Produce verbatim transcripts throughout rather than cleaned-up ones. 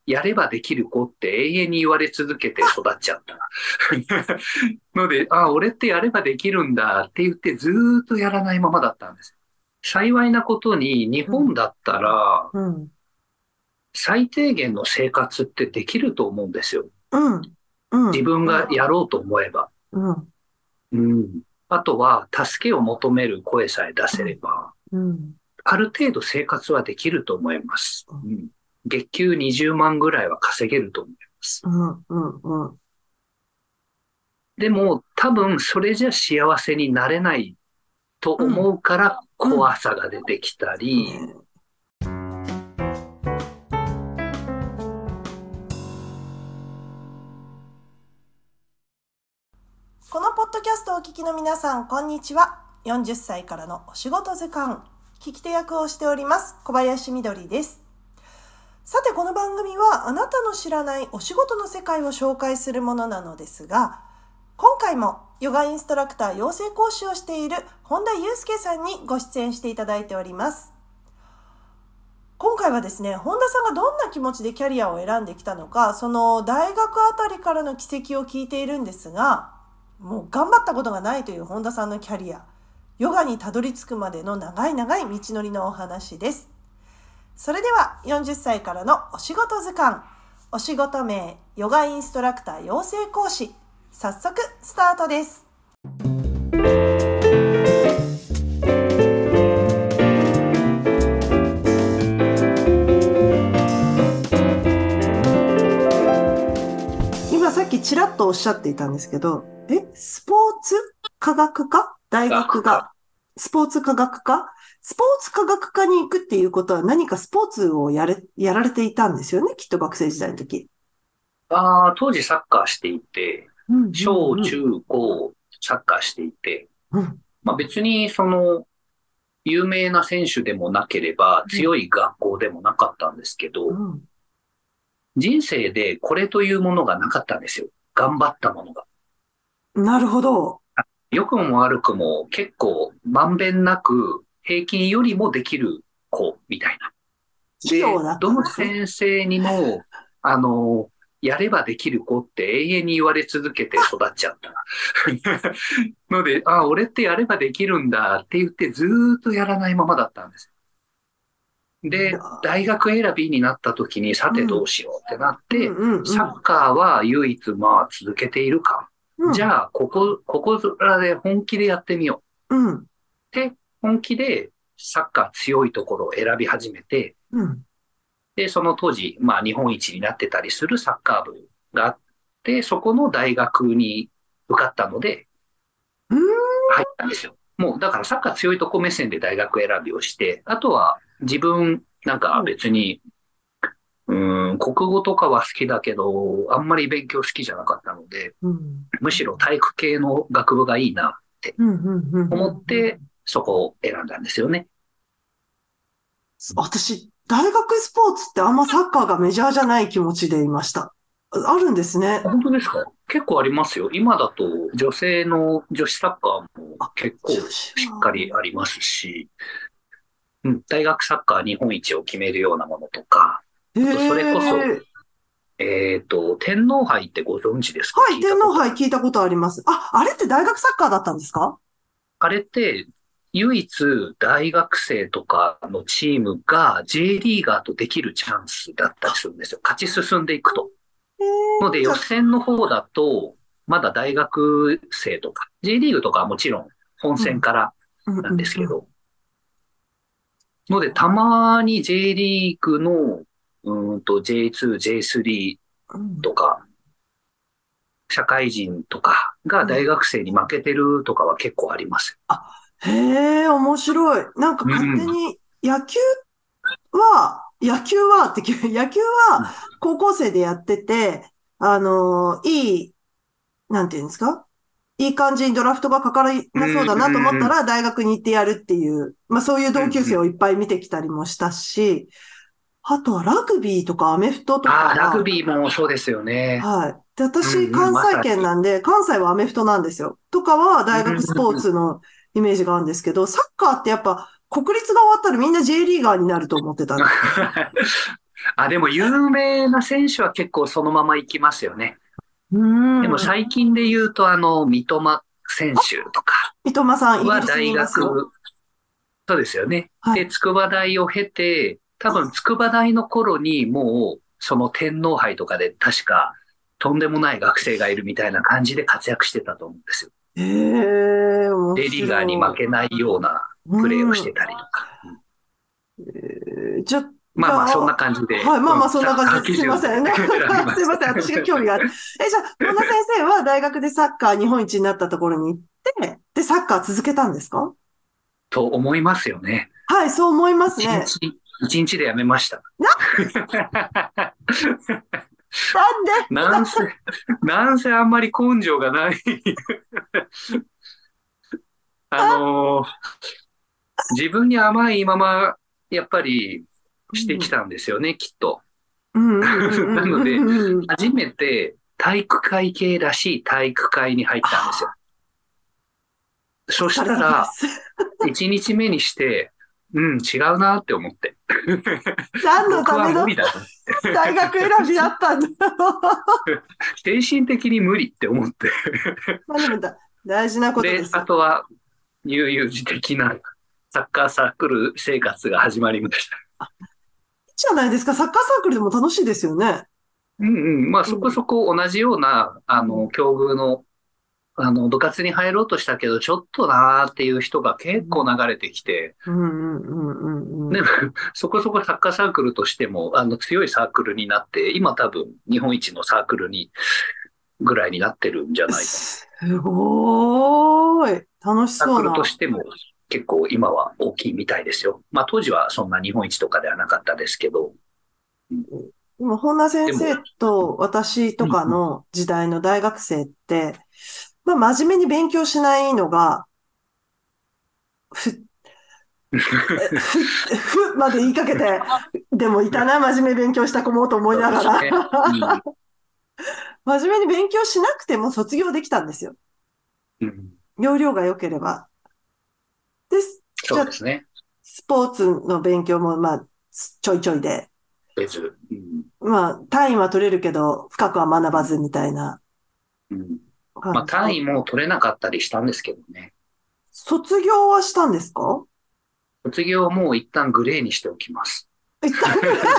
やればできる子って永遠に言われ続けて育っちゃった。ので、あ、俺ってやればできるんだって言ってずーっとやらないままだったんです。幸いなことに日うん、 本だったらうん、 最低限の生活ってできると思うんですよ。 うん、うん、 自分がやろうと思えば。 うん、 うん。あとは助けを求める声さえ出せれうん、 ば、 うん、 ある程度生活はできると思います。うん。月給にじゅうまんぐらいは稼げると思います。 うん、うん、うん、 でも多分それじゃ幸せになれないとうん、 思うからうん、 怖さが出てきたり、 ね。このポッドキャストをお聞きの皆さん、こんにちは。よんじゅっさいからのお仕事図鑑、聞き手役をしております、小林みどりです。さて、この番組はあなたの知らないお仕事の世界を紹介するものなのですが、今回もヨガインストラクター養成講師をしている本田祐介さんにご出演していただいております。今回はですね、本田さんがどんな気持ちでキャリアを選んできたのか、その大学あたりからの軌跡を聞いているんですが、もう頑張ったことがないという本田さんのキャリア、ヨガにたどり着くまでの長い長い道のりのお話です。それではよんじゅっさいからのお仕事図鑑、お仕事名ヨガインストラクター養成講師、早速スタートです。今さっきちらっとおっしゃっていたんですけど、え、スポーツ科学科大学学科。 が、スポーツ科学科スポーツ科学科に行くっていうことは何かスポーツをやれ、やられていたんですよね、きっと学生時代の時。 あー当時サッカーしていて、 うんうんうん。 小中高サッカーしていて、 うん。 まあ別にその有名な選手でもなければうん。 強い学校でもなかったんですけど、 うん。 人生でこれというものがなかったんですよ。頑張ったものが。 なるほど。 良くも悪くも結構まんべんなく平均よりもできる子みたいな。で、 器用だっどのたんですね。 先生にも、あの、やればできる子って永遠に言われ続けて育っちゃった。ので、あ、俺ってやればできるんだって言ってずーっとやらないままだったんです。で、大学選びになった時にさてどううん。 しようってなっうんて、 うんうん。 サッカーは唯一まあ続けているか。 うん。 じゃあ、ここ、ここらで本気でやってみよう。 うん。 で、本気でサッカー強いところを選び始めて、 うん。 で、その当時、まあ日本一になってたりするサッカー部があって、そこの大学に受かったのでうん。 入ったんですよ。もうだからサッカー強いとこ目線で大学選びをして、あとは自分なんか別に、うん、国語とかは好きだけど、あんまり勉強好きじゃなかったので、 うん。 むしろ体育系の学部がいいなってうん。うん。うん。 思ってそこを選んだんですよね。 私、大学スポーツってあんまサッカーがメジャーじゃない気持ちでいました。あるんですね。 本当ですか？結構ありますよ。今だと女性の女子サッカーもあ、 結構女子しっかは。 りありますし、うん、大学サッカー日本一を決めるようなものとか、 へあとそれこそ、 え。 えっと、天皇杯ってご存知ですか？ はい、 聞いた天皇ことある？ 杯聞いたことあります。あ、あれって大学サッカーだったんですか？ あれって唯一大学生とかのチームが J リーガーとできるチャンスだったりするんですよ。勝ち進んでいくと。 へえ、 ので予じゃあ、 選の方だと、まだ大学生とか、J リーグとかはもちろん本うん、 戦からうん、 なんでうん、うん。 すけど、のでたまに J リーグのうーんと ジェイツー、ジェイスリうん、 ーとか、社会人とかが大うん。 学生に負けてるとかは結構あります。 あ、へえ、面白い。なんかうん。 勝手に野球は、野球はって、野球は高校生でやってて、あの、いい、なんていうんですか、いい感じにドラフトがかからうなそうだなと思ったん。 ら大学に行ってやるっていう、まあそういううん。 同級うん。 生をいっぱい見てきたりもしたし、あとはラグビーとかアメフトとかああ、ラグは、 ビーもそうですよね。 はい。で、私、 うんうん、 関西まさに。 圏なんで、関西はアメフトなんですよ。とかはう大学スポーん。 ツのイメージがあるんですけど、サッカーってやっぱ国立が終わったらみんな J リーガーになると思ってた。 あ、でも有名な選手は結構そのまま行きますよね。 うーでもん。 最近で言うと、あの、三笘選手とか三笘さん、イギリスにいは大ますよ。 学、そうですよね。で、 はい。 筑波大を経て、多分筑波大の頃にもう、その天皇杯とかで確か、とんでもない学生がいるみたいな感じで活躍してたと思うんですよ。 ええ、面 J リーガーに負白けないようない。 プレーをうん。 してたりとか。うんえーじゃ、じゃまあまあ、そんなあ、 感じで、 はい、まあまあ、 うん、サッそんな感じです。 カー基準ですいません。 選びますいません。 した。 私が興味がある。え、じゃあ、本田先生は大学でサッカー日本一になったところに行って、で、サッカー続けたんですか？ と思いますよね。 はい、そう思いますね。 一日、一日でやめました。 な、なんで？ なんせ、なんせあんまり根性がないあのー自分に甘いまま、やっぱりしてきうん、 たんですよね、きっと。 うんうんうんなので、 うんうんうん。 初めて体育会系らしい体育会に入ったんですよ。 あー、おそし疲れたら、 様です。 一日目にして、うん、違うなって思って。 何の僕はための無理だと。 大学選びだったんだろう。 精神的に無理って思って。 まあでもだ、大事なことでで、 すよ。 あとは、悠々自適なサッカーサークル生活が始まりました。 いいじゃないですか。サッカーサークルでも楽しいですよね。 うんうん。まあ、そこうん。 そこ同じような、あの、 うん。 境遇の、あの、部活に入ろうとしたけど、ちょっとなーっていう人が結構うん流れてきて、 うんうんうんうん。 でも、そこそこサッカーサークルとしても、あの、強いサークルになって、今多分、日本一のサークルに、ぐらいになってるんじゃないかな。 すごーい。楽しサークルとそうな。 しても、結構今は大きいみたいですよ。まあ、当時はそんな日本一とかではなかったですけど、うん、 でも、本田先でも、 生と私とうんうん、 かの時代の大学生って、まあ、真面目に勉強しないのが、ふ、ふ、ふまで言いかけて、でもいたな、真面目勉強した子もと思いそうながら。 ですね。うん、 真面目に勉強しなくても卒業できたんですよ。 うん、 要領が良ければ。です。じゃあ、 そうですね。 スポーツの勉強も、まあ、ちょいちょいで。 せず、うん、 まあ、単位は取れるけど、深くは学うん、 ばずみたいなうん。まあ、 感じで。 単位も取れなかったりしたんですけどね。 卒業はしたんですか？ 卒業はもう一旦グレーにしておきます。 一旦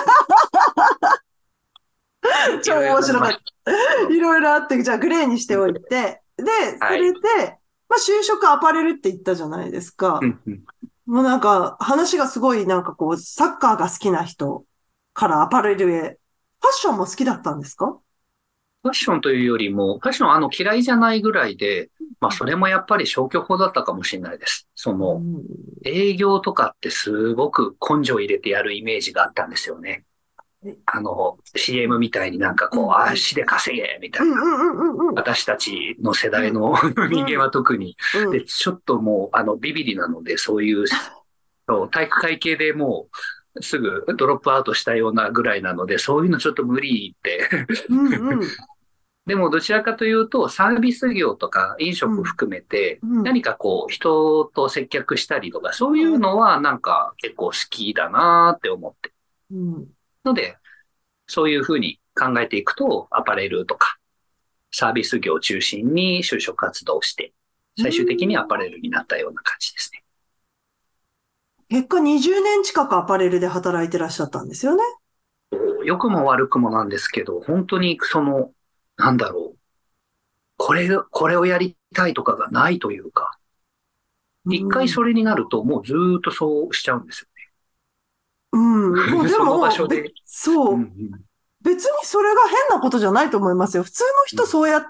超いろいろ、まあ、 面白かった。いろいろあって、じゃあグレーにしておいて、で、そはい。 れで、まあ就職アパレルって言ったじゃないですか。 うんうん、 もうなんか話がすごいなんかこう、サッカーが好きな人からアパレルへ。ファッションも好きだったんですか？ ファッションというよりも、ファッションあの嫌いじゃないぐらいで、まあそれもやっぱり消去法だったかもしれないです。その、 うん。 営業とかってすごく根性入れてやるイメージがあったんですよね。 え、 あの、シーエム みたいになんかこう、 うんうん。 足で稼げみたいな。 うんうんうんうん私たちの世うん。 代の人間うん。 は特に。で、 うん。 ちょっともう、あの、ビビリなので、そういう、そう体育会系でもう、すぐドロップアウトしたようなぐらいなので、そういうのちょっと無理ってうんうん。 でもどちらかというと、サービス業とか飲うん。 食含めて、 うん。 何かこう、人と接客したりとか、そういうのはなんか結構好きだなって思って。 うん。 ので、そういうふうに考えていくと、アパレルとか、サービス業を中心に就職活動をして、 う最終的にアパん。 レルになったような感じですね。 結果にじゅうねん近くアパレルで働いてらっしゃったんですよね。 良くも悪くもなんですけど、本当にその、なんだろう、これ、これをやりたいとかがないというか、 う一回そん。 れになるともうずーっとそうしちゃうんですうん。もうよ。 でその場も、べ、 所で。うんうそう。 ん、 別にそれが変なことじゃないと思いますよ。普通の人そうやって、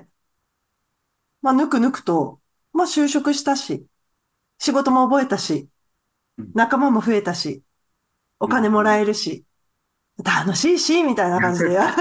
まあ、ぬくぬくと、まあ、就職したし、仕事も覚えたし、 うん仲間も増えたし、おうん金もらうん、 えるし、楽しいし、みたいな感じでや。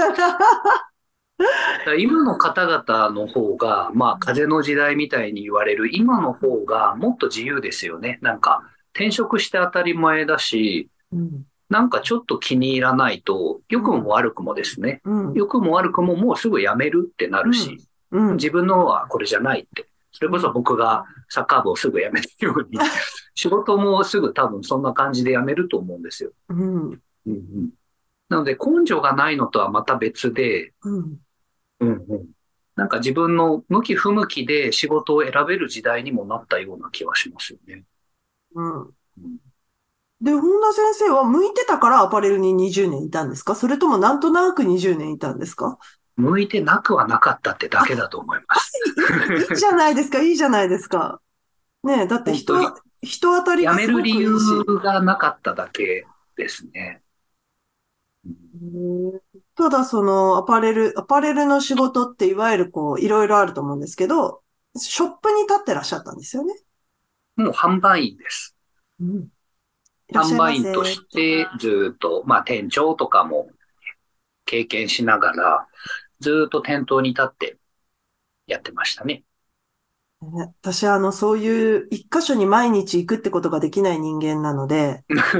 今の方々の方が、まあ、風の時代みたいに言われる今の方がもっと自由ですよね。なんか、転職して当たり前だし、 うん、 なんかちょっと気に入らないと、良くもうん、 悪くもですね、 うん、 良くも悪くももうすぐ辞めるってなるし、 うん、うん、 自分のはこれじゃないって。それこそ僕がサッカー部をすぐ辞めたように、仕事もすぐ多分そんな感じで辞めると思うんですよ。 うん。 うんうん、 なので根性がないのとはまた別で、 うん。 うんうん、なんか自分の向き不向きで仕事を選べる時代にもなったような気はしますよね。 うん。 うん、 で、本田先生は向いてたからアパレルににじゅうねんいたんですか？それともなんとなくにじゅうねんいたんですか？ 向いてなくはなかったってだけだと思います。 いい、いいじゃないですか、いいじゃないですか。ねえ、だって人、 本当に人当たり辞がすごめる理由くいいし。 がなかっただけですね。うん、 へえ。ただそのアパレル、アパレルの仕事っていわゆるこう、いろいろあると思うんですけど、ショップに立ってらっしゃったんですよね。 もう販売員です。 うん。いらっしゃ販いま売員とせ。 してずっと、まあ店長とかも経験しながら、ずっと店頭に立ってやってましたね。 ね、私はあの、そういう一箇所に毎日行くってことができない人間なので、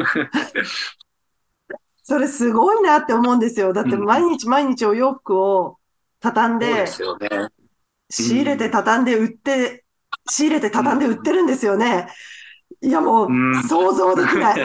それすごいなって思うんですよ。だってうん、 毎日毎日お洋服を畳んそうですで、 よね。う仕入れてん、 畳んで売って、仕入れてうん、 畳んで売ってるんですよね。いやもううん。 想像できない。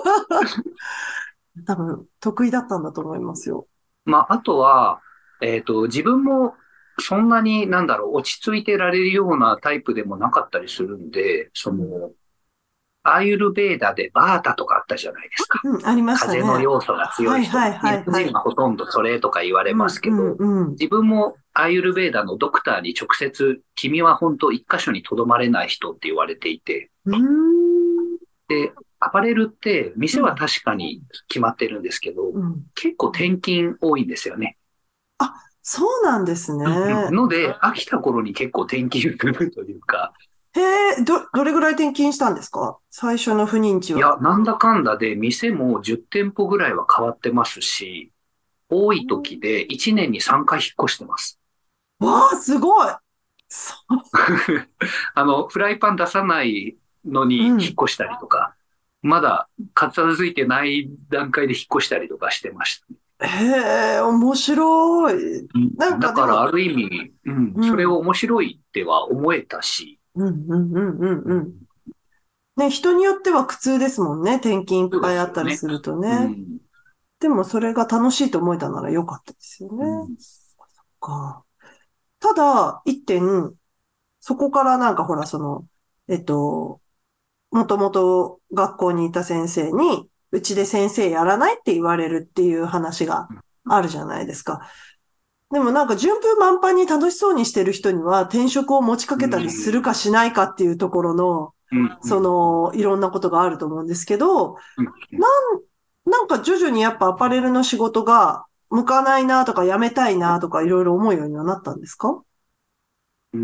多分得意だったんだと思いますよ。 まあ、あとは、えっと、自分もそんなになんだろう、落ち着いてられるようなタイプでもなかったりするんで、そうん、 の、アーユルベーダでバータとかあったじゃないですか。 うん、ありました風のね。 要素が強い人。 はいはい日はいはい。 本人はほとんどそれとか言われうん、 ますけど、 うん、うん。 自分もアーユルベーダのドクターに直接、君は本当一箇所にとどまれない人って言われていて、 うーん、 で、アパレルって店はうん、 確かに決まってるんですけど、 うん。 結構転勤多いんですよね。 あ、そうなんですうんうん、 ね。 ので、飽きた頃に結構転勤するというか、 へえ、ど、どれぐらい転勤したんですか？最初の不妊地いや、 は。 なんだかんだで店もじゅってん舗ぐらいは変わってますし、多い時でいちねんにさんかい引っ越してます。 わあ、すごい。そあの、フライパン出さないのう、 に引っうん。 越したりとか、まだ片付いてない段階で引っ越したりとかしてましたね。 へえ、面白い。なんだからあかでも、 る意味、うん、それをうん、 面白いっては思えたし、 うん、うん、うん、うん、 うん、 うん。ね、人によっては苦痛ですもんね。転勤いっそうでぱいあすよね。 ったりするとね。 うん、 でもそれが楽しいと思えたならよかったですよね。 うん、 そっか。ただ、一点、そこからなんかほら、その、えっと、もともと学校にいた先生に、うちで先生やらないって言われるっていう話があるじゃないですか。でもなんか順風満帆に楽しそうにしてる人には転職を持ちかうん、 けたりするかしないかっていうところの、 うん、うそん、うん、 の、いろんなことがあると思うんですけど、 うん、 なん、なんか徐々にやっぱアパレルの仕事が向かないなとかやめたいなとかいろいろ思うようにはなったんですか？ うん、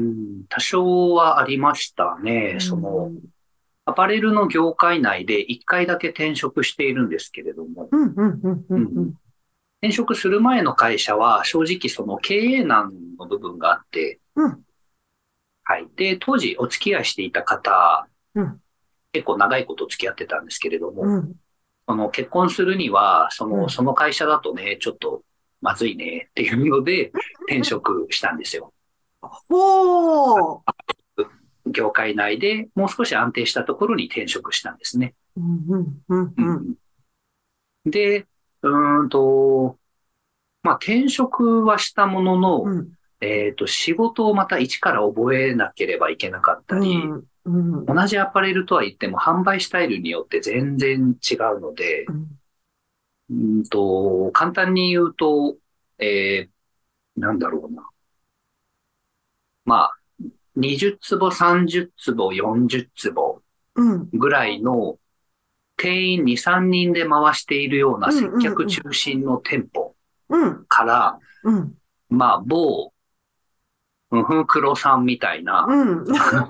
多少はありましたね。 うその、 ん、 アパレルの業界内でいっかいだけ転職しているんですけれども、 うん、うん、うん、うん、ううん、 ん。 転職する前の会社は正直その経営難の部分があって、 うん、 はい。で、当時お付き合いしていた方、 うん、 結構長いこと付き合ってたんですけれども、 うん、 その結婚するには、その、 うん。 その会社だとね、ちょっとまずいねっていうので転職したんですよ。 ほー。 業界内でもう少し安定したところに転職したんですね。 うん、うん、うん、うん。 うん、で、うーんと、まあ、転職はしたものの、 うん、 えっと、仕事をまた一から覚えなければいけなかったり、 うん、うん、 同じアパレルとは言っても販売スタイルによって全然違うので、 うん、 うんと、簡単に言うと、えー、なんだろうな。まあ、にじゅう坪、さんじゅう坪、よんじゅう坪うん、 ぐらいの店員に、さんにんで回しているようなうん、 接うん、 客中うん、 心の店舗うん、 から、 うん、 まあ、某、うんふん黒さんみたいな、 うん、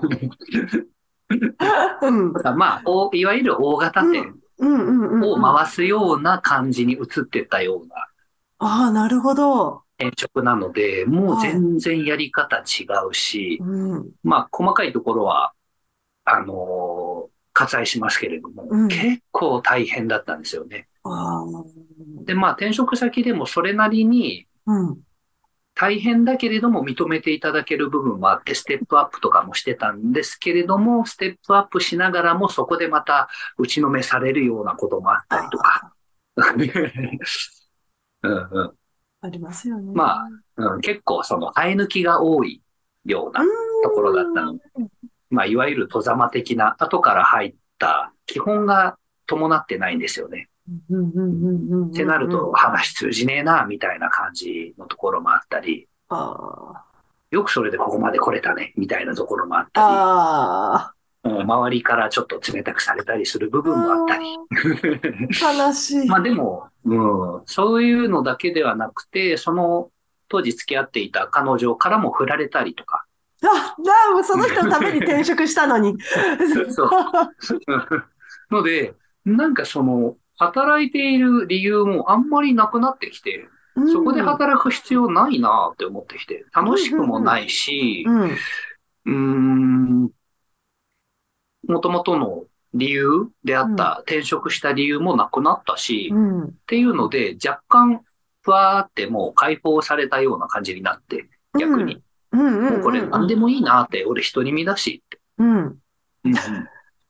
うん、 まあ、おいわゆる大型うん、 店うん、うん、 をうん。 回すような感じに移ってったようなああ、なるほど。 転職なので、もうはい。 全然やり方違うし、 うん、 まあ、細かいところは、あのー割愛しますけれども、 うん。 結構大変だったんですよね。 ああ、 で、まあ、転職先でもそれなりにうん、 大変だけれども認めていただける部分はあって、ステップアップとかもしてたんですけれども、ステップアップしながらもそこでまた打ちのめされるようなこともあったりとか。 あうんうん。 ありますよね。 まあ、うん、結構その生え抜きが多いよううなところだったので、 ーん。 まあ、いわゆる戸ざま的な後から入った基本が伴ってないんですよね。 うんうんうんうんってなるとうんうん。 話通じねえな、みたいな感じのところもあったり、 あよくそれでここまで来れたね、みたいなところもあったり、 あ。あうん、周りからちょっと冷たくされたりする部あ。 分もあったり。 うーん。悲しい。 まあでも、うん、そういうのだけではなくて、その当時付き合っていた彼女からも振られたりとか。 あ、なもうその人のために転職したのに。 そう。ので、なんかその、働いている理由もあんまりなくなってきて、 うん。 そこでうん働く必要ないなって思ってきて、楽しくもうんないし、 うん。うん。 うーん、もともとの理由であうん。 った、転職した理由もなくなったし、 うん。 っていうので、若干、ふわーってもう解放されたような感じになって、 うん。 逆に。 うん。 もうこれうん。 何でもいいなって、俺独り身だしって。 うん。 うんうん。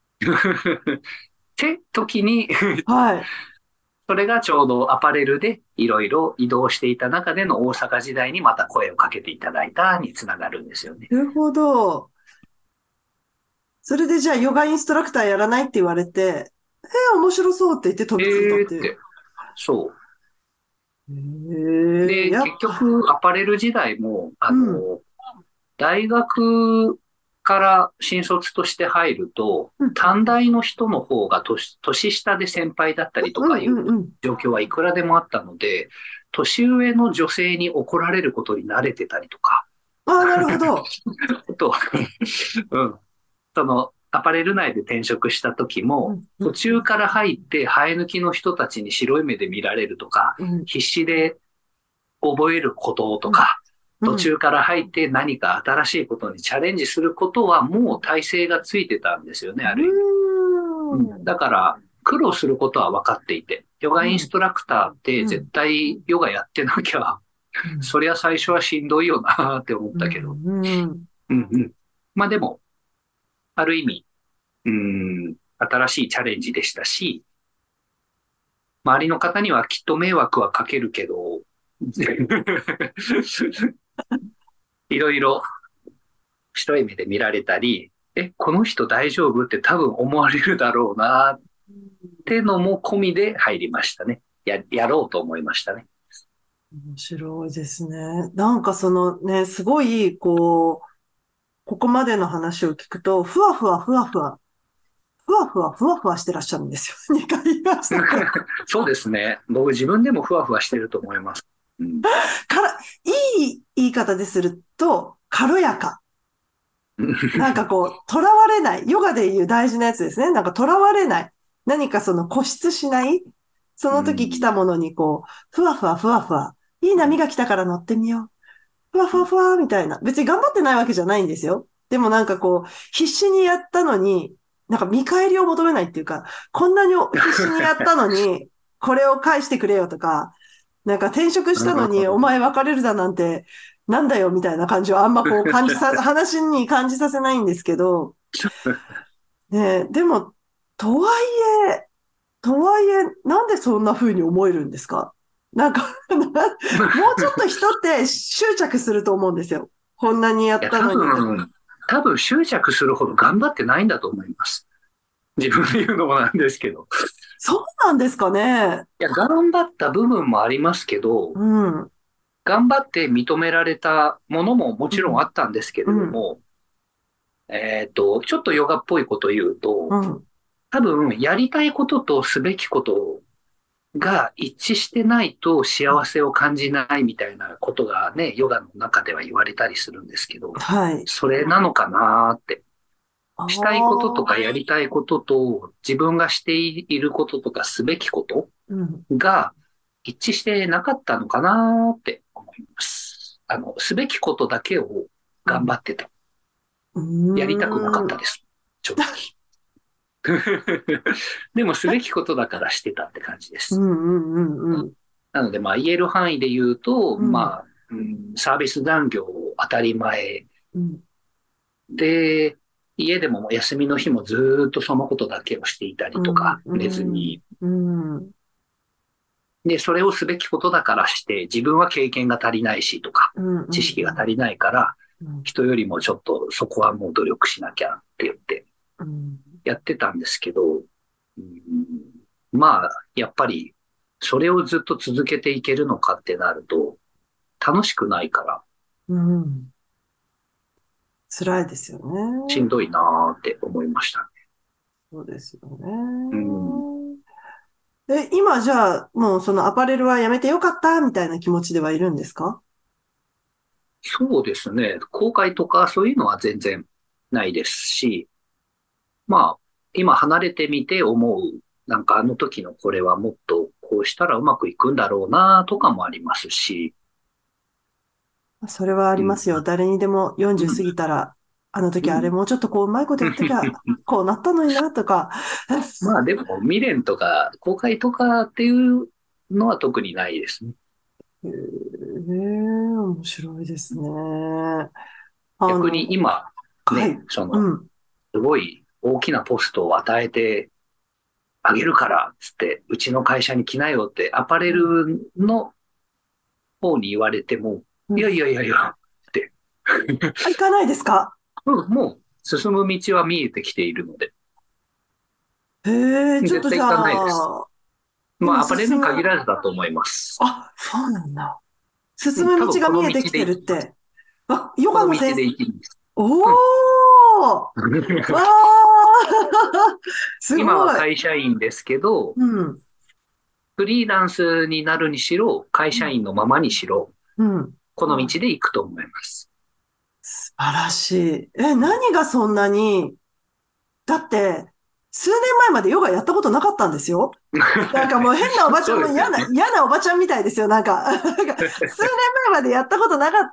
って時にはい。 それがちょうどアパレルでいろいろ移動していた中での大阪時代にまた声をかけていただいたにつながるんですよね。 なるほど。それでじゃあヨガインストラクターやらないって言われて、えー、面白そうって言って飛えびついたっていう。 ーって。そう。 へえ、 で、 やっ結ぱ、 局アパレル時代も、あうん。 の、大学から新卒として入ると、 うん、 短大の人の方が年年下で先輩だったりとうん、うん、 かいううん。 状況はいくらでもあったので、年上の女性に怒られることに慣れてたりとか、 ああ、なるほど。 あと、うん、そのアパレル内で転職した時も、 うん、うん、 途中から入って生え抜きの人たちに白い目で見られるとか、 うん、 必死で覚えることとうん、 か、途うん。 中から入って何か新しいことにチャレンジすることはもう体制がついてたんですよね、 うある意味。うん、 ーん。 だから苦労することは分かっていて、ヨガインスうん、 トラクターって絶うん、 対ヨガやってなきゃ、 うん、 そりゃ最初はしんどいよなって思っうたけど。 ん、うん。 うんうん。まあでも、ある意味、うん、新しいチャレンジでしたし、周りの方にはきっと迷惑はかけるけど、いろいろ白い目で見られたり、え、この人大丈夫って多分思われるだろうなってのも込みで入りましたね。や、やろうと思いましたね。 面白いですね。なんかそのね、すごい、こう、ここまでの話を聞くと、ふわふわふわふわ、ふわふわふわふわしてらっしゃるんですよ。にかい言いましたけど。 そうですね。僕自分でもふわふわしてると思います。うん、 から、いい言い方ですると、軽やか。なんかこう、囚われない。ヨガで言う大事なやつですね。なんか囚われない。何かその固執しない。その時来たものにこう、ふわふわふわふわ。いい波が来たから乗ってみよう。ふわふわふわみたいな。別に頑張ってないわけじゃないんですよ。でもなんかこう、必死にやったのに、なんか見返りを求めないっていうか、こんなに必死にやったのに、これを返してくれよとか、なんか転職したのにお前別れるだなんて、なんだよみたいな感じはあんまこう感じさ、話に感じさせないんですけど、ねえ、でも、とはいえ、とはいえ、なんでそんな風に思えるんですか？なんかもうちょっと人って執着すると思うんですよ。こんなにやいや、 った多のにとか。 分、多分執着するほど頑張ってないんだと思います。自分で言うのもなんですけど。 そうなんですかね。 いや、頑張った部分もありますけど、 うん、 頑張って認められたものももちろんあうん、 ったんですけうん、 れども、えっと、ちょっとヨガっぽいこと言うと、 うん。 多分、やりたいこととすべきことが一致してないと幸せを感じないみたいなことがね、ヨガの中では言われたりするんですけど、 はい。 それなのかなーって。 あしたいこととかあ、 やりたいことと自分がしていることとかすべきことうん、 が一致してなかったのかなーって思います。あの、すべきことだけをうん。 頑張ってた。 うやりたくなかっーん。 たです。正直。でもすべきことだからしてたって感じです。 うん、うん、うん、うん。 なので、まあ言える範囲で言うと、 うん、 まあ、うん、サービス残業当たり前うん、 で、家でも休みの日もずーっとそのことだけをしていたりとか、 うん、 寝ずに。 うん、うん。 で、それをすべきことだからして、自分は経験が足りないしとか、 うんうん知識が足りないから、 うん人よりもちょっとそこはもう努力しなきゃって言ってうんやってたんですけど、うん、まあ、やっぱり、それをずっと続けていけるのかってなると、楽しくないから、 うん辛いですよね。 しんどいなーって思いました。 そうですようん、 ね。え、今じゃあ、もうそのアパレルはやめてよかったみたいな気持ちではいるんですか？ そうですね。後悔とかそういうのは全然ないですし、まあ、今離れてみて思う、なんかあの時のこれはもっとこうしたらうまくいくんだろうなとかもありますし、 それはあうん、 りますよ。誰にでもよんじゅう過ぎたら、あの時あれうん。 もうちょっとこううまいことやっときゃ、こうなったのになとか。 まあでも未練とか後悔とかっていうのは特にないですね。 へえ、面白いですね。あ逆にの、 今、ね、 はい。 その、 うん。 すごい大きなポストを与えてあげるから、つって、うちの会社に来なよってアパレうん。 ルの方に言われても、いやうん。 いやいやいや、って、 あ、行かないですか？ うん、もう進む道は見えてきているので、 へえ、ちょっとじゃ絶対行かないです。 あ、今まあ、アパレルに限進む、 らずだと思います。 あ、そうなんだ。進うん、多分む道がこの道見えてきてで行きます。 るって。あ、ヨこの道ガの先生、 で行きます。 おうん。 ー、わー、す今はごい。 会社員ですけど、 うん。 フリーランスになるにしろ、会社員のままにしろ、 うん。 この道で行くと思います。 素晴らしい。え、何がそんなに、だって、数年前までヨガやったことなかったんですよ。なんかもう変なおばちゃんそうも嫌な、 ですよね。 嫌なおばちゃんみたいですよ。なんか、なんか数年前までやったことなかった、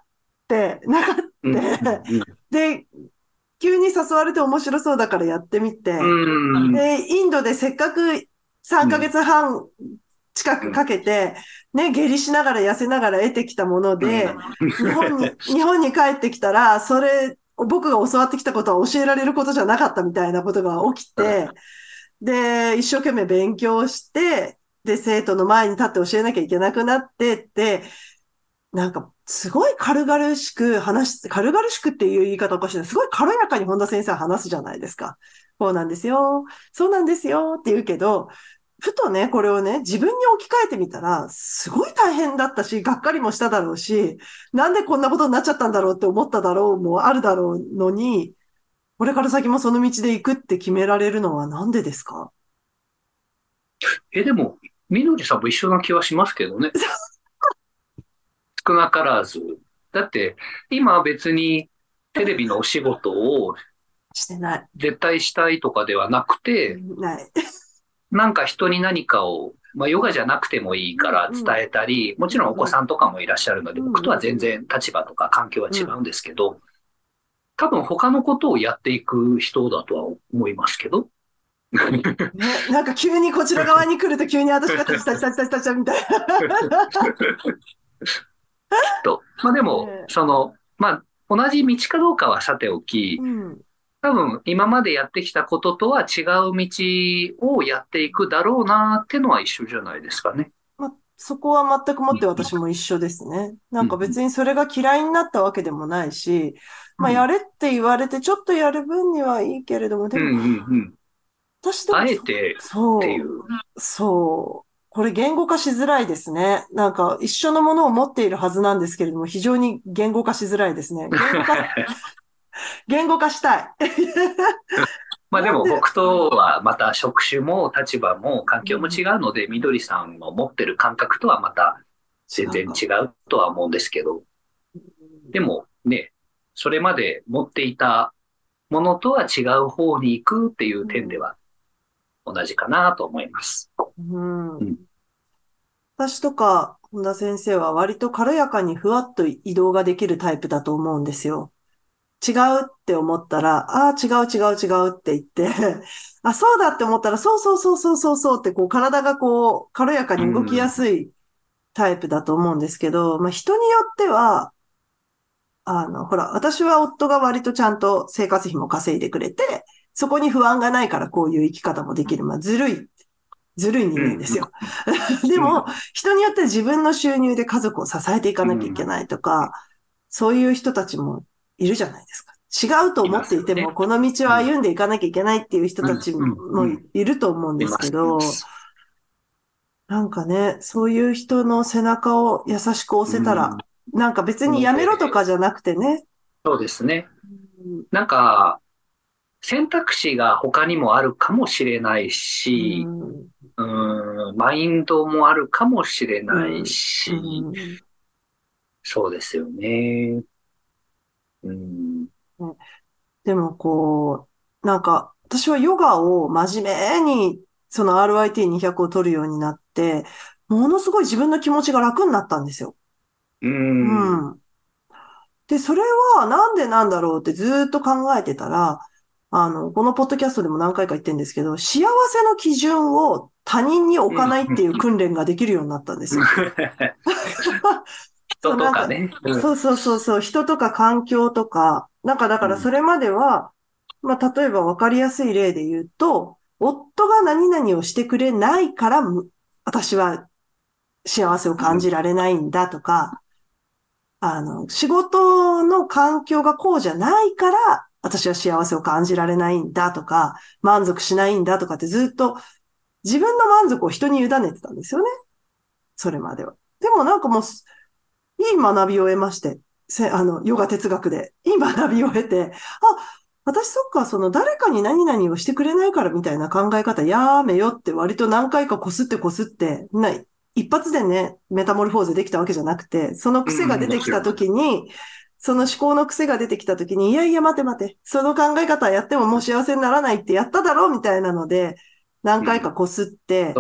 なかっうん、 た。 うん、 で、急に誘われて面白そうだからやってみうて、 ん、 で、インドでせっかく3 うん、 ヶ月半近くかけて、ね、下痢しながら痩せながら得てきたものうん。 で、日本に、日本に帰ってきたら、それ、僕が教わってきたことは教えられることじゃなかったみたいなことが起きて、で、一生懸命勉強して、で、生徒の前に立って教えなきゃいけなくなってって、なんか、すごい軽々しく話し、軽々しくっていう言い方おかしいな。すごい軽やかに本田先生は話すじゃないですか。こうなんですよ。そうなんですよって言うけど、ふとね、これをね、自分に置き換えてみたら、すごい大変だったし、がっかりもしただろうし、なんでこんなことになっちゃったんだろうって思っただろうもあるだろうのに、これから先もその道で行くって決められるのはなんでですか？ え、でも、みどりさんも一緒な気はしますけどね。少なからず。だって、今別にテレビのお仕事をしてない。 絶対したいとかではなくて、 ない。 なんか人に何かを、まあ、ヨガじゃなくてもいいうんからうん。 伝えたり、もちろんお子うんうん。 さんとかもいらっしゃるので、 うんうん僕とは全然立場とか環境はうん。 違うんですけど、多分他のことをやっていく人だとは思いますけど。 ね、なんか急にこちら側に来ると急に私が立ち立ち立ち立ち立ちみたいと。まあでな。 も、 ね、 その、まあ同じ道かどうかはさておき、 うん。 多分今までやってきたこととは違う道をやっていくだろうなってのは一緒じゃないですかね。 ま、そこは全くもってうん私も一緒ですね。なんかうん別にそれが嫌いになったわけでもないし、まあ、 うんやれって言われてちょっとやる分にはいいけれども、でも、 うんうんうん。 私でもあえそ、 てっていそう。 う、そう。これ言語化しづらいですね。なんか一緒のものを持っているはずなんですけれども、非常に言語化しづらいですね。言語化、言語化したい。 まあでなんで、 も僕とはまた職種も立場も環境もうん、 違うので、みどりさんの持ってる感覚とはまた全然違違うか。 うとは思うんですけど、 うんでもね、それまで持っていたものとは違う方に行くっていう点では同じかなと思います。 うんうん。 私とか、本田先生は割と軽やかにふわっと移動ができるタイプだと思うんですよ。違うって思ったら、ああ、違う違う違うって言って、あ、そうだって思ったら、そうそうそうそうそうそうって、こう、体がこう、軽やかうに動きやん。 すいタイプだと思うんですけど、まあ、人によっては、あの、ほら、私は夫が割とちゃんと生活費も稼いでくれて、そこに不安がないからこういう生き方もできる。まあ、ずるい。 ずるいうん。 人間ですよ。でも、 うん。 人によって自分の収入で家族を支えていかうん。 なきゃいけないとか、そういう人たちもいるじゃないですか。違うとい思っていても、 ますよね。 この道をうん。 歩んでいかなきゃいけないっていう人うん。 たちうん。 もうん。 いると思うんですいます、いまけど、 す。 なんかね、そういう人の背中を優しく押うせたら、 ん。 なんか別になので、 やめろとかじゃなくてね。 そうですね。 うんなんか、選択肢が他にもあるかもしれないうし、 ん、 うん、マインドもあるかもしれないうん、うし、 ん。 そうですよね。うん。 ねでもこう、なんか、私はヨガを真面目に、その アールアイティーにひゃく を取るようになって、ものすごい自分の気持ちが楽になったんですよ。 うん。 うん。で、それはなんでなんだろうってずーっと考えてたら、あの、このポッドキャストでも何回か言ってるんですけど、幸せの基準を他人に置うん。 かないっていう訓練ができるようになったんですよ。そ人う、なんか、 とかね。うん。 そうそうそうそう、人とか環境とか、なんかだからそうん。 れまでは、まあ、例えばわかりやすい例で言うと、夫が何々をしてくれないから、む私は幸せを感じられないんだとか、あの、仕事の環境がこうじゃないから、私は幸せを感じられないんだとか、満足しないんだとかってずっと自分の満足を人に委ねてたんですよね。それまでは。でもなんかもう、いい学びを得まして、せ、あの、ヨガ哲学で、いい学びを得て、あ、私そっか、その誰かに何々をしてくれないからみたいな考え方やめよって割と何回かこすってこすって、な、一発でね、メタモルフォーゼできたわけじゃなくて、その癖がうん。 出てきたもちろん。 時に、その思考の癖が出てきた時に、いやいや待て待て、その考え方やってももう幸せにならないってやっただろうみたいなので、何うん。 回かこすって、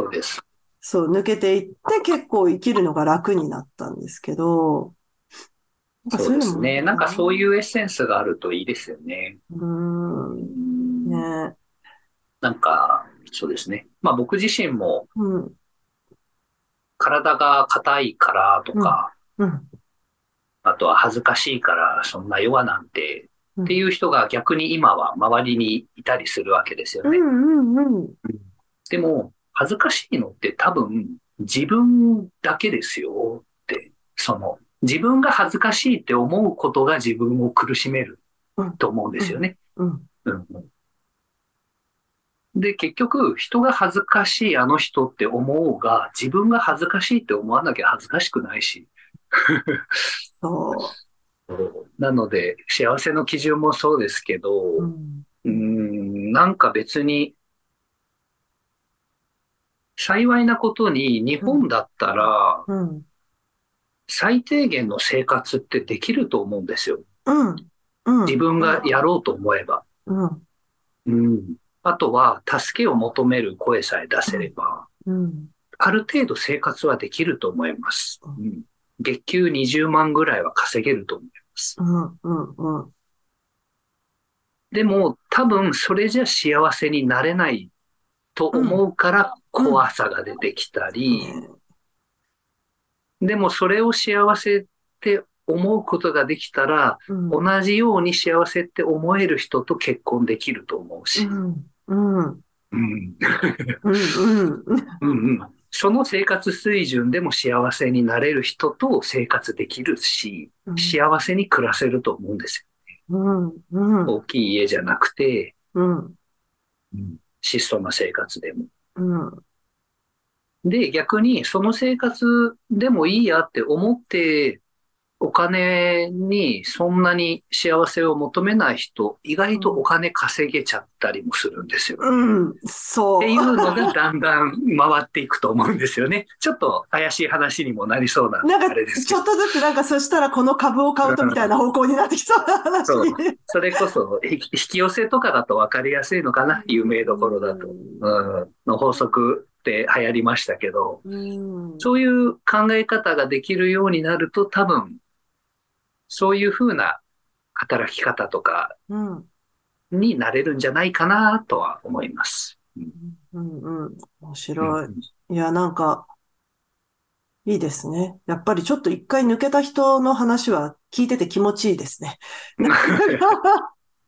そうです。 そう、抜けていって結構生きるのが楽になったんですけど、なんかそうそういうのもあるですね。なんかのかな。 そういうエッセンスがあるといいですよね。 ううーん。 ん。 ね。 なんか、そうですね。まあ僕自身もうん。 体が硬いからとうん。 か、 うん。 あとは恥ずかしいからそんな弱なんてっていうん。 う人が逆に今は周りにいたりするわけですようね。 ん。うん。 うん。でも、恥ずかしいのって多分自分だけですよって、その自分が恥ずかしいって思うことが自分を苦しめるうん。 と思うんでうん。 すよね。 うん。 うん。で、結局、人が恥ずかしいあの人って思おうが、自分が恥ずかしいって思わなきゃ恥ずかしくないし。 そなので、幸せの基準もそうですけう。うど、 ん。 うーん、なんか別に、幸いなことに日うん。 本だったら、 うん。 最低限の生活ってできると思うんですよ。 うん。うん。 自分がやろうと思えば。 うん。 うん。あとは、助けを求める声さえ出せれば、 うん。 ある程度生活はできると思います。 うん。 うん。月給にじゅうまんぐらいは稼げると思います。 うん。うん。うん。 でも、多分それじゃ幸せになれないとうん。 思うからうん。 怖さが出てきたり、 ね。 でもそれを幸せって思うことができたら、 うん。 同じように幸せって思える人と結婚できると思うし、 うん。うん。 うん。 うん。うん。 うんうん。その生活水準でも幸せになれる人と生活できるし、 うん。 幸せに暮らせると思うんですうん。うよ。 ん。 大きい家じゃなくて、 うん。 うん、質素な生活でも。 うん。 で、逆にその生活でもいいやって思ってお金にそんなに幸せを求めない人、意外とお金稼げちゃったりもするんですよ。っうん。 ていそう。 うのがだんだん回っていくと思うんですよね。ちょっと怪しい話にもなりそうなんで、 なんか、 あれですけど。 ちょっとずつなんかそしたらこの株を買うとみたいな方向になってきそうな話に。 そう。それこそ、引き寄せとかだと分かりやすいのかな、有名どころだと。うん、の法則って流行りましたけど、 うん。 そういう考え方ができるようになると、多分、そういうふうな働き方とかうん。 になれるんじゃないかなとは思います。うん。 うん。うん。面白い。 うん。 いや、なんか、いいですね。やっぱりちょっと一回抜けた人の話は聞いてて気持ちいいですね。なんか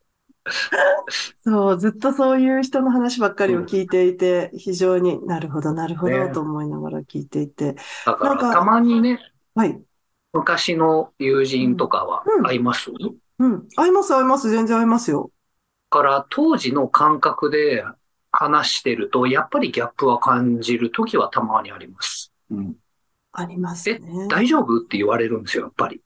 そう、ずっとそういう人の話ばっかりをうん。 聞いていて、非常になるほど、なるほど、とね。 思いながら聞いていて。 だから、たなんか、 まにね、 はい。 昔の友人とうん。 かはうん。 会いますうん。合います、合います。全然合いますよ。 から当時の感覚で話してると、やっぱりギャップは感じる時はたまにあります。うん。 ありますえ、大ね。 丈夫って言われるんですよ、やっぱり。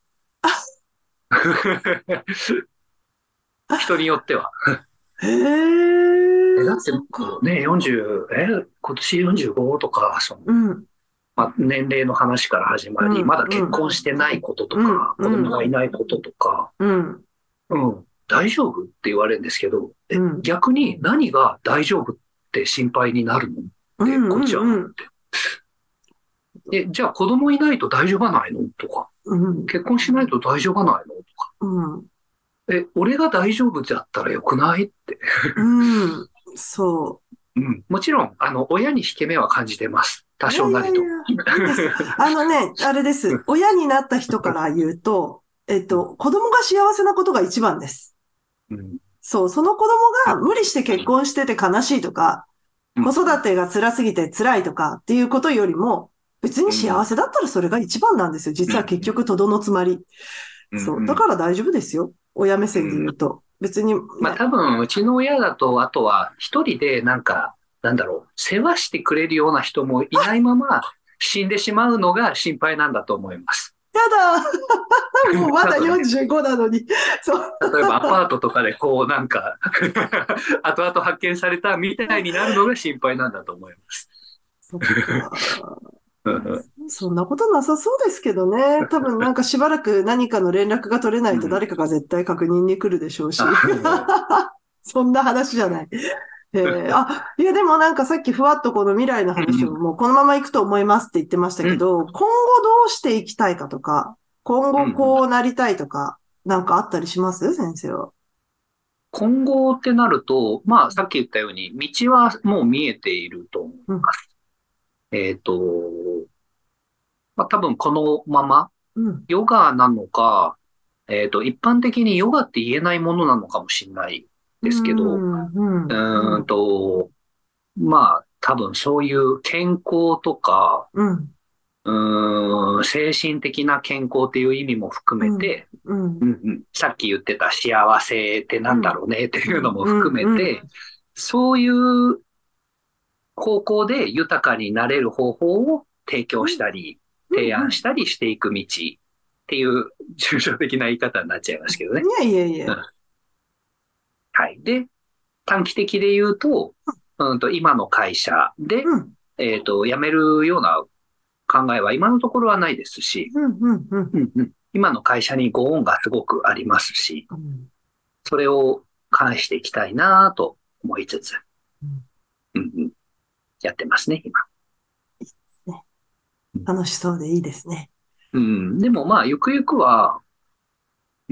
人によっては。 へえ、だえ、 ってそっか。 もうね、よんじゅう、え、今年よんじゅうごとか、その、 うん、 まあ、年齢の話から始まり、 うん、 まだ結うん、 婚してないこととうん、 か、子供うん、 がいないこととか、 うん、 うん、大丈夫って言われるんですけど、え、 うん、 逆に何が大丈夫って心配になるのっうん、 て、こっちはうん、うん、 思って。え、じゃあ子供いないと大丈夫ないのとか、 うん、 結婚しないと大丈夫ないのとか、 うん、 え、俺が大丈夫だったらよくないって。 うん、そうん。もちろん、あの、親に引け目は感じてます。多う。いやい少なりとも。 やいや、いいです。あのね、あれです。親になった人から言うと、えっと、子供が幸せなことが一番です。 うん。 そう、その子供が無理して結婚してて悲しいとか、 うん。 子育てが辛すぎて辛いとかっていうことよりも、別にうん。 幸せだったらそれが一番なんですよ。 うん。 実は結局、とどのつまり。 うん。 そう。だうん。 から大丈夫ですよ。親目う線で言ん。 うと。別にまあね。 多分、うちの親だと、あとは一人でなんか、なんだろう、世話してくれるような人もいないまま死んでしまうのが心配なんだと思います。 やだもうまだ多分ね、 よんじゅうごなのに。そう。 例えばアパートとかでこうなんか後々発見されたみたいになるのが心配なんだと思います。 そっか。 うんそんなことなさそうですけどね。多分なんかしばらく何かの連絡が取れないと誰かが絶対確認に来るでしょうし。そんな話じゃない。えー、あ、いやでもなんかさっきふわっとこの未来の話をもうこのまま行くと思いますって言ってましたうんけど、今後どうしていきたいかとか、今後こうなりたいとか、なんかあったりします先生は？ 今後ってなると、まあさっき言ったように道はもう見えていると思う。 うん、 えっと、まあ多分このままうん、 ヨガなのか、えっと、一般的にヨガって言えないものなのかもしれないうですけど、 ん、うん、ううーんん、 と、まあ、多分そういう健康とか、 うん、 うーん、精神的な健康っていう意味も含うん、 めて、 うん、 うんうん、さっき言ってた幸せってなんだうん、 ろうねっていうのもうん、 含めうん、 て、そういう方向で豊かになれる方法を提供したり、提うん、うん。 案したりしていく道っていう抽象的な言い方になっちゃいますけどね。 いやいやいや。 うん、はい。で、短期的で言うと、うんと今の会社で、 うん、 えっと、辞めるような考えは今のところはないですし、 うん、うん、うん。 うんうん、今の会社にご恩がすごくありますし、 うん、 それを返していきたいなと思いつつ、うんうん、やってますね、今。 ね、楽しそうでいいですね。 うん、でもまあ、ゆくゆくは、うん、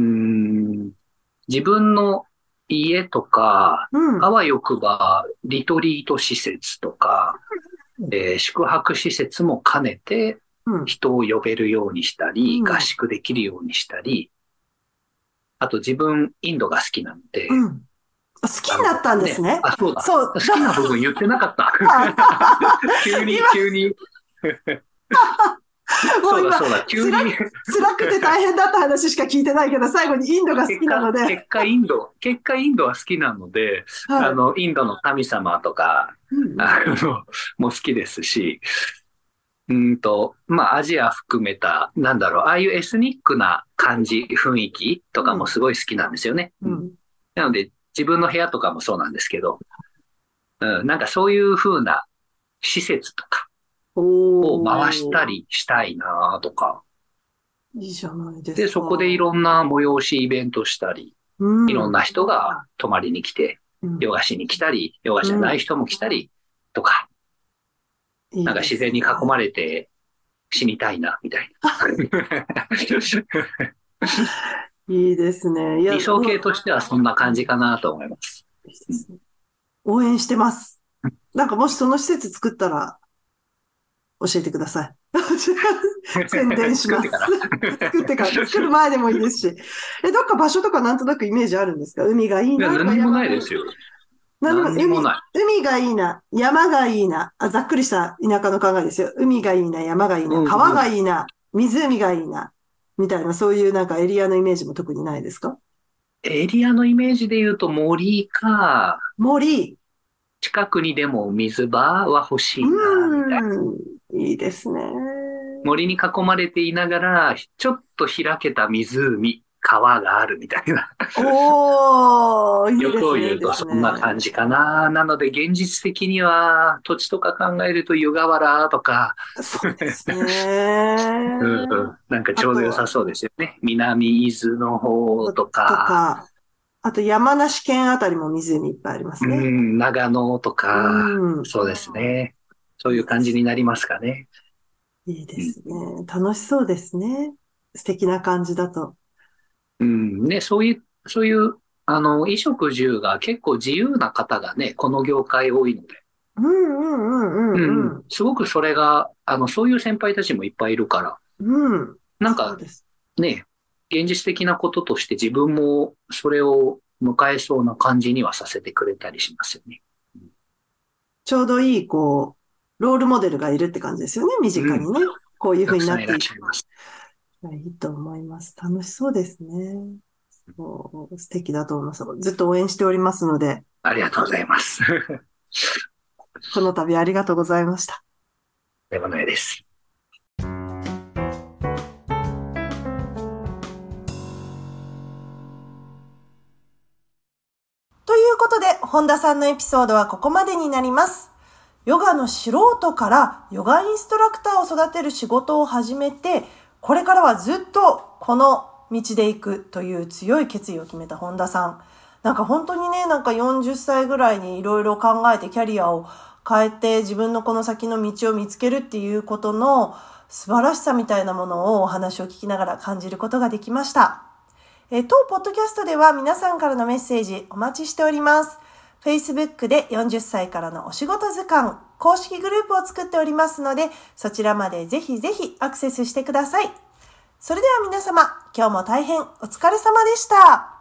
自分の家とか、 うん。 あわよくばリトリート施設とか、えー宿泊施設も兼ねてうん。 人を呼べるようにしたり、合うん。 宿できるようにしたり、あと自分インドが好きなので、 うん。好きあのになったんですね、 ね。 あ、そうだ。 そう。 好きな部分言ってなかった。急に、 今、 急に。 もう今、 そうだ、そうだ。急辛に。 辛くて大変だった話しか聞いてないけど、最後にインドが好結果、 きなので。 結果インド、結果インドは好きなので、 はい。 あの、インドの神様とか、 うんうん。 あの、も好きですし、うんと、まあ、アジア含めた、なんだろう、ああいうエスニックな感じ、雰囲気とかうん。 もすごい好きなんですよね。うん、 うん。 なので、自分の部屋とかもそうなんですけど、うん、なんかそういう風な施設とかを回したおー。 りしたいなとか、 いいじゃないでで、 すか。 そこでいろんな催しイベントしたり、 うん。 いろんな人が泊まりに来て、 うん。 ヨガしに来たり、ヨガじゃないうん。 人も来たりとか、なんかいいです自然に囲まね。 れて死にたいな、みたいな。 いいですね。いや、 理想形もとしてはそんなう、うん、 感じかなと思います。 いいですね。応援してます。なんかもしその施設作ったら、 教えてください。宣伝します。 作ってから。 作ってから。作る前でもいいですし。え、どっか場所とかなんとなくイメージあるんですか？海がいいいや、 なとか何も山がいい。 ないですよ。 何も、海、 何にもない。 海がいいな、山がいいな。あ、ざっくりした田舎の考えですよ。海がいいな、山がいいな、 うん川うん。 がいいな、湖がいいな。みたいな、そういうなんかエリアのイメージも特にないですか？ エリアのイメージで言うと森か、 森。 近くにでも水場は欲しういな、みたいな。 ーん。いいですね。 森に囲まれていながら、ちょっと開けた湖、川があるみたいな。 おー、いいですね、い欲を言ういですとそんな感ね。 じかな。なので現実的には土地とか考えると湯河原とか、 そうですね。 うんうん、なんかちょうど良さあとは、 そうですよね。南伊豆の方ととか、 か、あと山梨県あたりも湖いっぱいありますね。 うん、長野とうか、 ん。 そうですね。そういう感じいいです。 になりますかね。 いいでうん、 すね。楽しそうですね。素敵な感じだと。 うん、ね、そういう、そういう、あの、衣食住が結構自由な方がね、この業界多いので、 うんうんううんうん、 んうんすごくそれが、あの、そういう先輩たちもいっぱいいるから、 うん。うん。 なんかそうです。 ね、現実的なこととして自分もそれを迎えそうな感じにはさせてくれたりしますよね。 ちょうどいい、こう、ロールモデルがいるって感じですよね。身うん、 近にね。こういう風にたくさんいらっなっていく。 しゃいます。 いや、いいと思います。楽しそうですね。そう素敵だと思います。ずっと応援しておりますので、 ありがとうございます。 この度ありがとうございました。 でもないです。 ということで、本田さんのエピソードはここまでになります。ヨガの素人からヨガインストラクターを育てる仕事を始めて、これからはずっとこの道で行くという強い決意を決めた本田さん。なんか本当にね、なんかよんじゅっさいぐらいにいろいろ考えてキャリアを変えて自分のこの先の道を見つけるっていうことの素晴らしさみたいなものをお話を聞きながら感じることができました。えー、当ポッドキャストでは皆さんからのメッセージお待ちしております。Facebook でよんじゅっさいからのお仕事図鑑公式グループを作っておりますので、そちらまでぜひぜひアクセスしてください。それでは皆様、今日も大変お疲れ様でした。